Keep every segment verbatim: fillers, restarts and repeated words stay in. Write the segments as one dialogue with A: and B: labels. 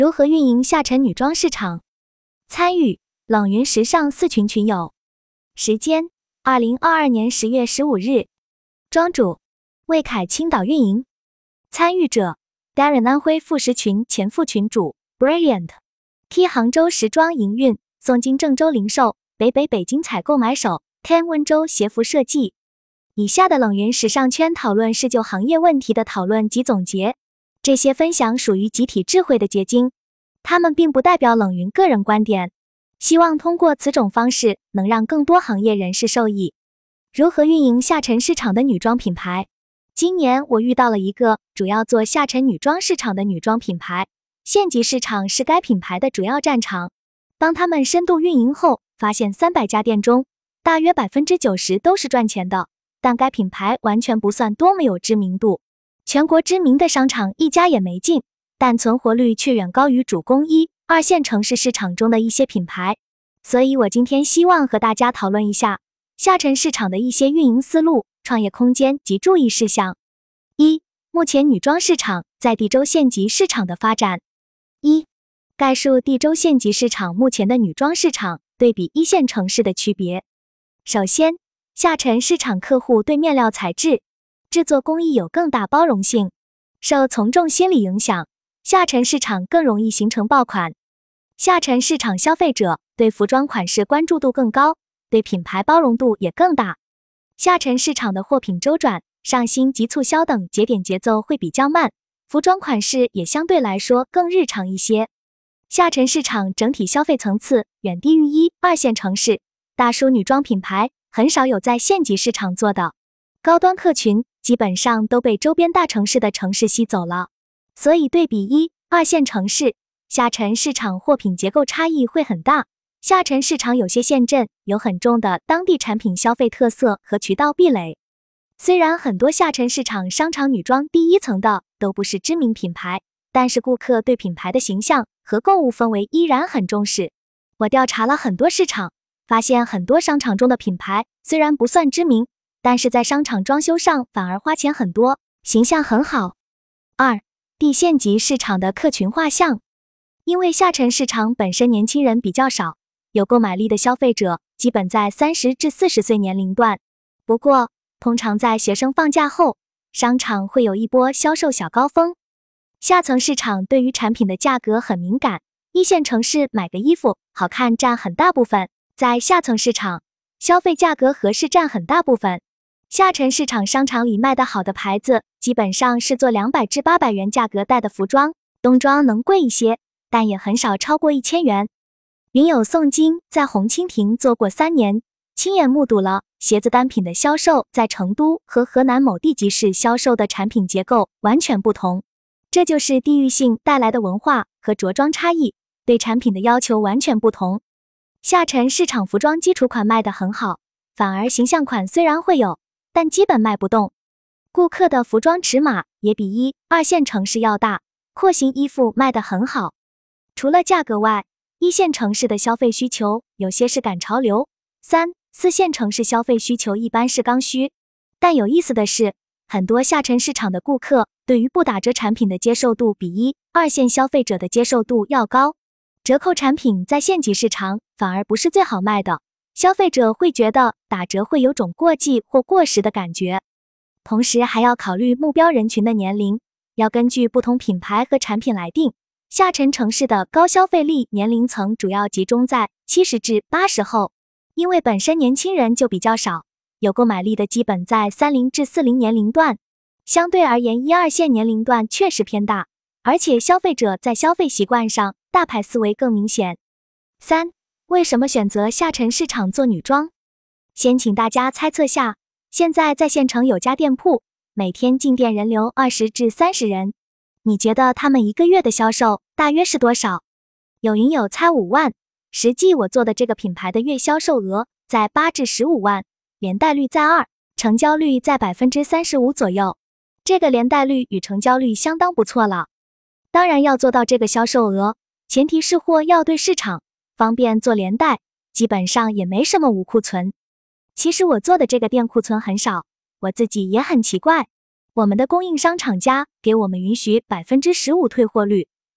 A: 如何运营下沉女装市场？参与冷云时尚四群群友。时间：二零二二年十月十五日。庄主：魏凯青岛运营。参与者 Darren 安徽副十群前副群主 Brilliant T 杭州时装营运，宋金郑州零售，北北北京采购买手 Ten 温州鞋服设计。以下的冷云时尚圈讨论是就行业问题的讨论及总结，这些分享属于集体智慧的结晶，他们并不代表冷云个人观点，希望通过此种方式能让更多行业人士受益。如何运营下沉市场的女装品牌？今年我遇到了一个主要做下沉女装市场的女装品牌，县级市场是该品牌的主要战场。帮他们深度运营后，发现三百家店中，大约 百分之九十 都是赚钱的，但该品牌完全不算多么有知名度，全国知名的商场一家也没进，但存活率却远高于主攻一、二线城市市场中的一些品牌。所以我今天希望和大家讨论一下下沉市场的一些运营思路、创业空间及注意事项。一、目前女装市场在地州县级市场的发展。一、概述地州县级市场目前的女装市场对比一线城市的区别。首先，下沉市场客户对面料材质、制作工艺有更大包容性，受从众心理影响，下沉市场更容易形成爆款。下沉市场消费者对服装款式关注度更高，对品牌包容度也更大。下沉市场的货品周转、上新及促销等节点节奏会比较慢，服装款式也相对来说更日常一些。下沉市场整体消费层次远低于一、二线城市，大叔女装品牌很少有在县级市场做的，高端客群基本上都被周边大城市的城市吸走了，所以对比一、二线城市，下沉市场货品结构差异会很大。下沉市场有些县镇有很重的当地产品消费特色和渠道壁垒。虽然很多下沉市场商场女装第一层的都不是知名品牌，但是顾客对品牌的形象和购物氛围依然很重视。我调查了很多市场，发现很多商场中的品牌虽然不算知名，但是在商场装修上反而花钱很多，形象很好。二、地县级市场的客群画像。因为下沉市场本身年轻人比较少，有购买力的消费者基本在三十至四十岁年龄段。不过，通常在学生放假后，商场会有一波销售小高峰。下层市场对于产品的价格很敏感，一线城市买个衣服好看占很大部分，在下层市场，消费价格合适占很大部分。下沉市场商场里卖得好的牌子，基本上是做两百至八百元价格带的服装，冬装能贵一些，但也很少超过一千元。云友宋金在红蜻蜓做过三年，亲眼目睹了鞋子单品的销售在成都和河南某地级市销售的产品结构完全不同，这就是地域性带来的文化和着装差异，对产品的要求完全不同。下沉市场服装基础款卖得很好，反而形象款虽然会有，但基本卖不动。顾客的服装尺码也比一、二线城市要大，廓形衣服卖得很好。除了价格外，一线城市的消费需求有些是赶潮流，三、四线城市消费需求一般是刚需。但有意思的是，很多下沉市场的顾客对于不打折产品的接受度比一、二线消费者的接受度要高。折扣产品在县级市场反而不是最好卖的，消费者会觉得打折会有种过季或过时的感觉。同时还要考虑目标人群的年龄，要根据不同品牌和产品来定。下沉城市的高消费力年龄层主要集中在七十至八十后，因为本身年轻人就比较少，有购买力的基本在三十至四十年龄段。相对而言，一二线年龄段确实偏大，而且消费者在消费习惯上大牌思维更明显。三、为什么选择下沉市场做女装？先请大家猜测下，现在在县城有家店铺，每天进店人流二十至三十人，你觉得他们一个月的销售大约是多少？有云友猜五万，实际我做的这个品牌的月销售额在八至十五万，连带率在二，成交率在 百分之三十五 左右。这个连带率与成交率相当不错了。当然要做到这个销售额，前提是货要对市场，方便做连带，基本上也没什么无库存。其实我做的这个店库存很少，我自己也很奇怪。我们的供应商厂家给我们允许 百分之十五 退货率，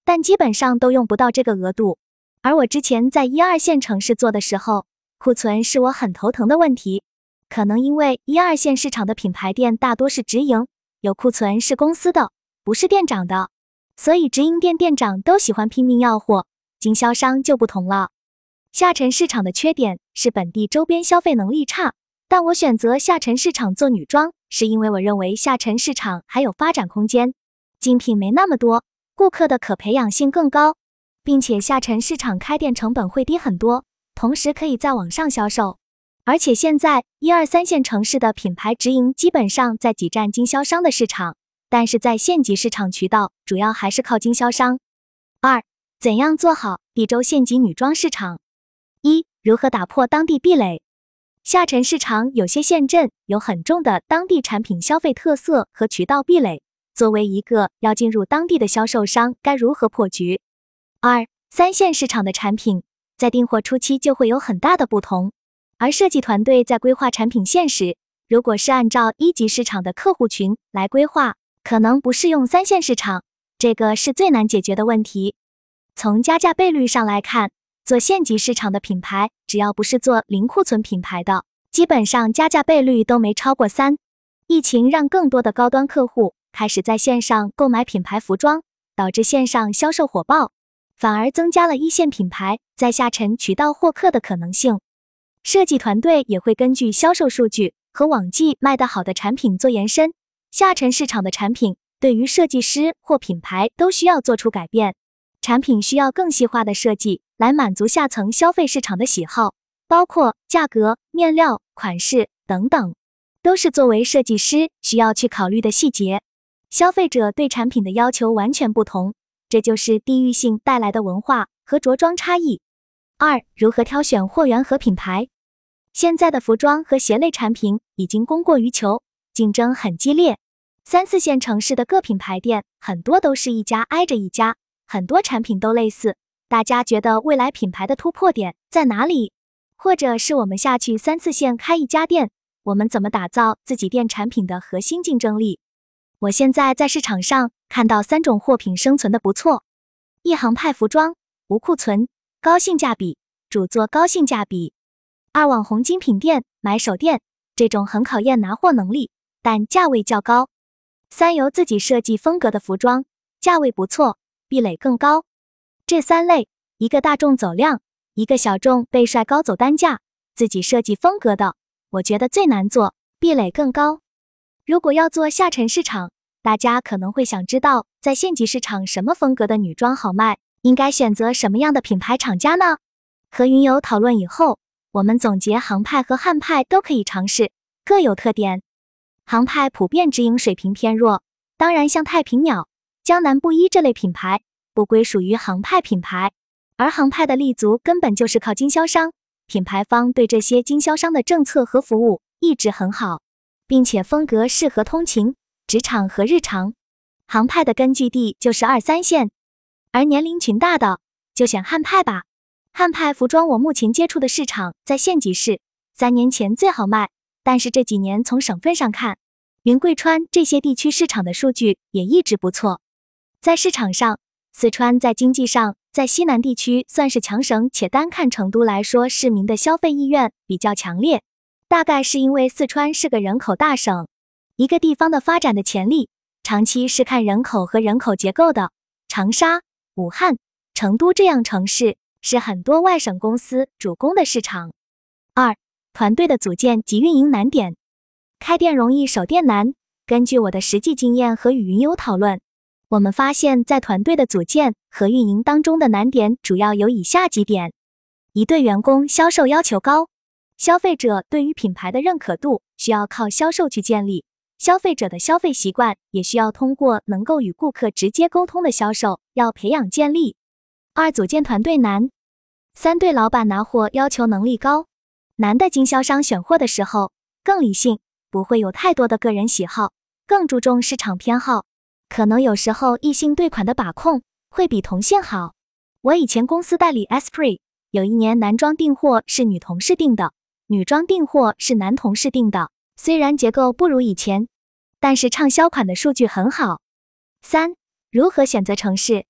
A: 但基本上都用不到这个额度。而我之前在一二线城市做的时候，库存是我很头疼的问题。可能因为一二线市场的品牌店大多是直营，有库存是公司的，不是店长的，所以直营店店长都喜欢拼命要货，经销商就不同了。下沉市场的缺点是本地周边消费能力差，但我选择下沉市场做女装，是因为我认为下沉市场还有发展空间，精品没那么多，顾客的可培养性更高，并且下沉市场开店成本会低很多，同时可以在网上销售。而且现在一二三线城市的品牌直营基本上在挤占经销商的市场，但是在县级市场渠道主要还是靠经销商。二、怎样做好地州县级女装市场？一、如何打破当地壁垒？下沉市场有些县镇有很重的当地产品消费特色和渠道壁垒，作为一个要进入当地的销售商，该如何破局？二、三线市场的产品在订货初期就会有很大的不同，而设计团队在规划产品线时，如果是按照一级市场的客户群来规划，可能不适用三线市场，这个是最难解决的问题。从加价倍率上来看，做县级市场的品牌，只要不是做零库存品牌的，基本上加价倍率都没超过三。疫情让更多的高端客户开始在线上购买品牌服装，导致线上销售火爆，反而增加了一线品牌在下沉渠道获客的可能性。设计团队也会根据销售数据和往季卖得好的产品做延伸，下沉市场的产品对于设计师或品牌都需要做出改变，产品需要更细化的设计来满足下层消费市场的喜好，包括价格、面料、款式等等，都是作为设计师需要去考虑的细节。消费者对产品的要求完全不同，这就是地域性带来的文化和着装差异。二、如何挑选货源和品牌？现在的服装和鞋类产品已经供过于求，竞争很激烈。三四线城市的各品牌店很多都是一家挨着一家，很多产品都类似，大家觉得未来品牌的突破点在哪里？或者是我们下去三四线开一家店，我们怎么打造自己店产品的核心竞争力？我现在在市场上看到三种货品生存的不错：一、航派服装，无库存，高性价比，主做高性价比；二、网红精品店、买手店，这种很考验拿货能力，但价位较高；三、由自己设计风格的服装，价位不错，壁垒更高。这三类，一个大众走量，一个小众被帅高走单价，自己设计风格的，我觉得最难做，壁垒更高。如果要做下沉市场，大家可能会想知道，在县级市场什么风格的女装好卖，应该选择什么样的品牌厂家呢？和云友讨论以后，我们总结航派和汉派都可以尝试，各有特点。航派普遍直营水平偏弱，当然像太平鸟、江南布衣这类品牌不归属于航派品牌，而航派的立足根本就是靠经销商，品牌方对这些经销商的政策和服务一直很好，并且风格适合通勤、职场和日常。航派的根据地就是二三线，而年龄群大的就选汉派吧。汉派服装我目前接触的市场在县级市，三年前最好卖，但是这几年从省份上看，云贵川这些地区市场的数据也一直不错。在市场上，四川在经济上在西南地区算是强省，且单看成都来说，市民的消费意愿比较强烈，大概是因为四川是个人口大省，一个地方的发展的潜力长期是看人口和人口结构的。长沙、武汉、成都这样城市是很多外省公司主攻的市场。二、团队的组建及运营难点。开店容易守店难，根据我的实际经验和与云友讨论，我们发现在团队的组建和运营当中的难点主要有以下几点：一、对员工销售要求高，消费者对于品牌的认可度需要靠销售去建立，消费者的消费习惯也需要通过能够与顾客直接沟通的销售要培养建立。二、组建团队难。三、对老板拿货要求能力高，难的经销商选货的时候更理性，不会有太多的个人喜好，更注重市场偏好，可能有时候异性对款的把控会比同性好。我以前公司代理 Esprit， 有一年男装订货是女同事订的，女装订货是男同事订的，虽然结构不如以前，但是畅销款的数据很好。三、如何选择城市？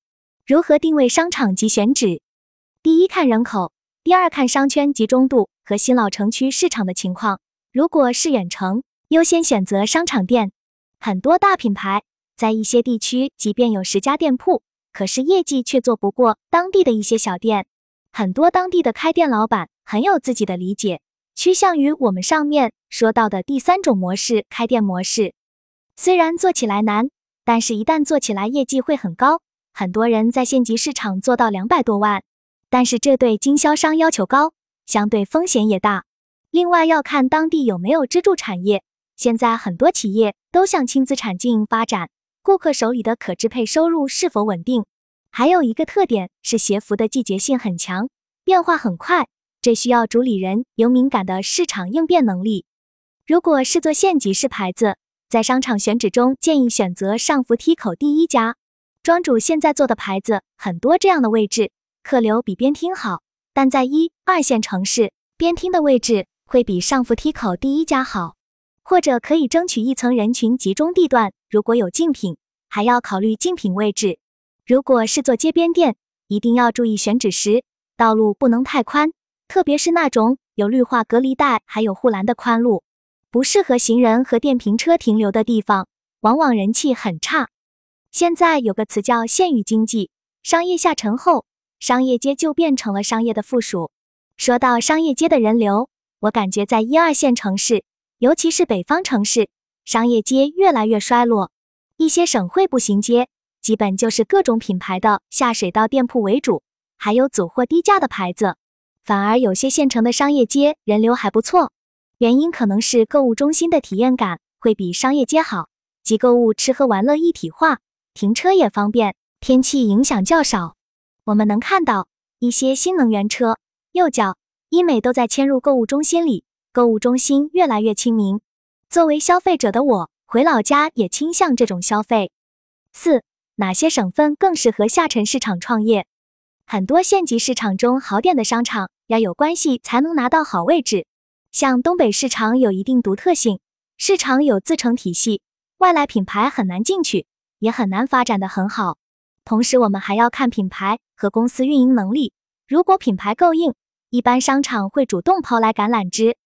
A: 如何定位商场及选址？第一，看人口；第二，看商圈集中度和新老城区市场的情况。如果是远程，优先选择商场店。很多大品牌在一些地区即便有十家店铺，可是业绩却做不过当地的一些小店。很多当地的开店老板很有自己的理解，趋向于我们上面说到的第三种模式——开店模式。虽然做起来难，但是一旦做起来业绩会很高。很多人在县级市场做到两百多万，但是这对经销商要求高，相对风险也大。另外要看当地有没有支柱产业，现在很多企业都向轻资产经营发展，顾客手里的可支配收入是否稳定。还有一个特点是鞋服的季节性很强，变化很快，这需要主理人有敏感的市场应变能力。如果是做县级市牌子，在商场选址中建议选择上扶梯口第一家。庄主现在做的牌子很多这样的位置，客流比边厅好，但在一、二线城市，边厅的位置会比上扶梯口第一家好。或者可以争取一层人群集中地段，如果有竞品，还要考虑竞品位置。如果是做街边店，一定要注意选址时，道路不能太宽，特别是那种有绿化隔离带还有护栏的宽路，不适合行人和电瓶车停留的地方，往往人气很差。现在有个词叫县域经济，商业下沉后，商业街就变成了商业的附属。说到商业街的人流，我感觉在一二线城市，尤其是北方城市，商业街越来越衰落。一些省会步行街，基本就是各种品牌的下水道店铺为主，还有组货低价的牌子。反而有些县城的商业街人流还不错，原因可能是购物中心的体验感会比商业街好，即购物吃喝玩乐一体化，停车也方便，天气影响较少。我们能看到一些新能源车、幼教、医美都在迁入购物中心里，购物中心越来越亲民。作为消费者的我，回老家也倾向这种消费。四、哪些省份更适合下沉市场创业？很多县级市场中好点的商场要有关系才能拿到好位置。像东北市场有一定独特性，市场有自成体系，外来品牌很难进去，也很难发展得很好。同时我们还要看品牌和公司运营能力，如果品牌够硬，一般商场会主动抛来橄榄枝，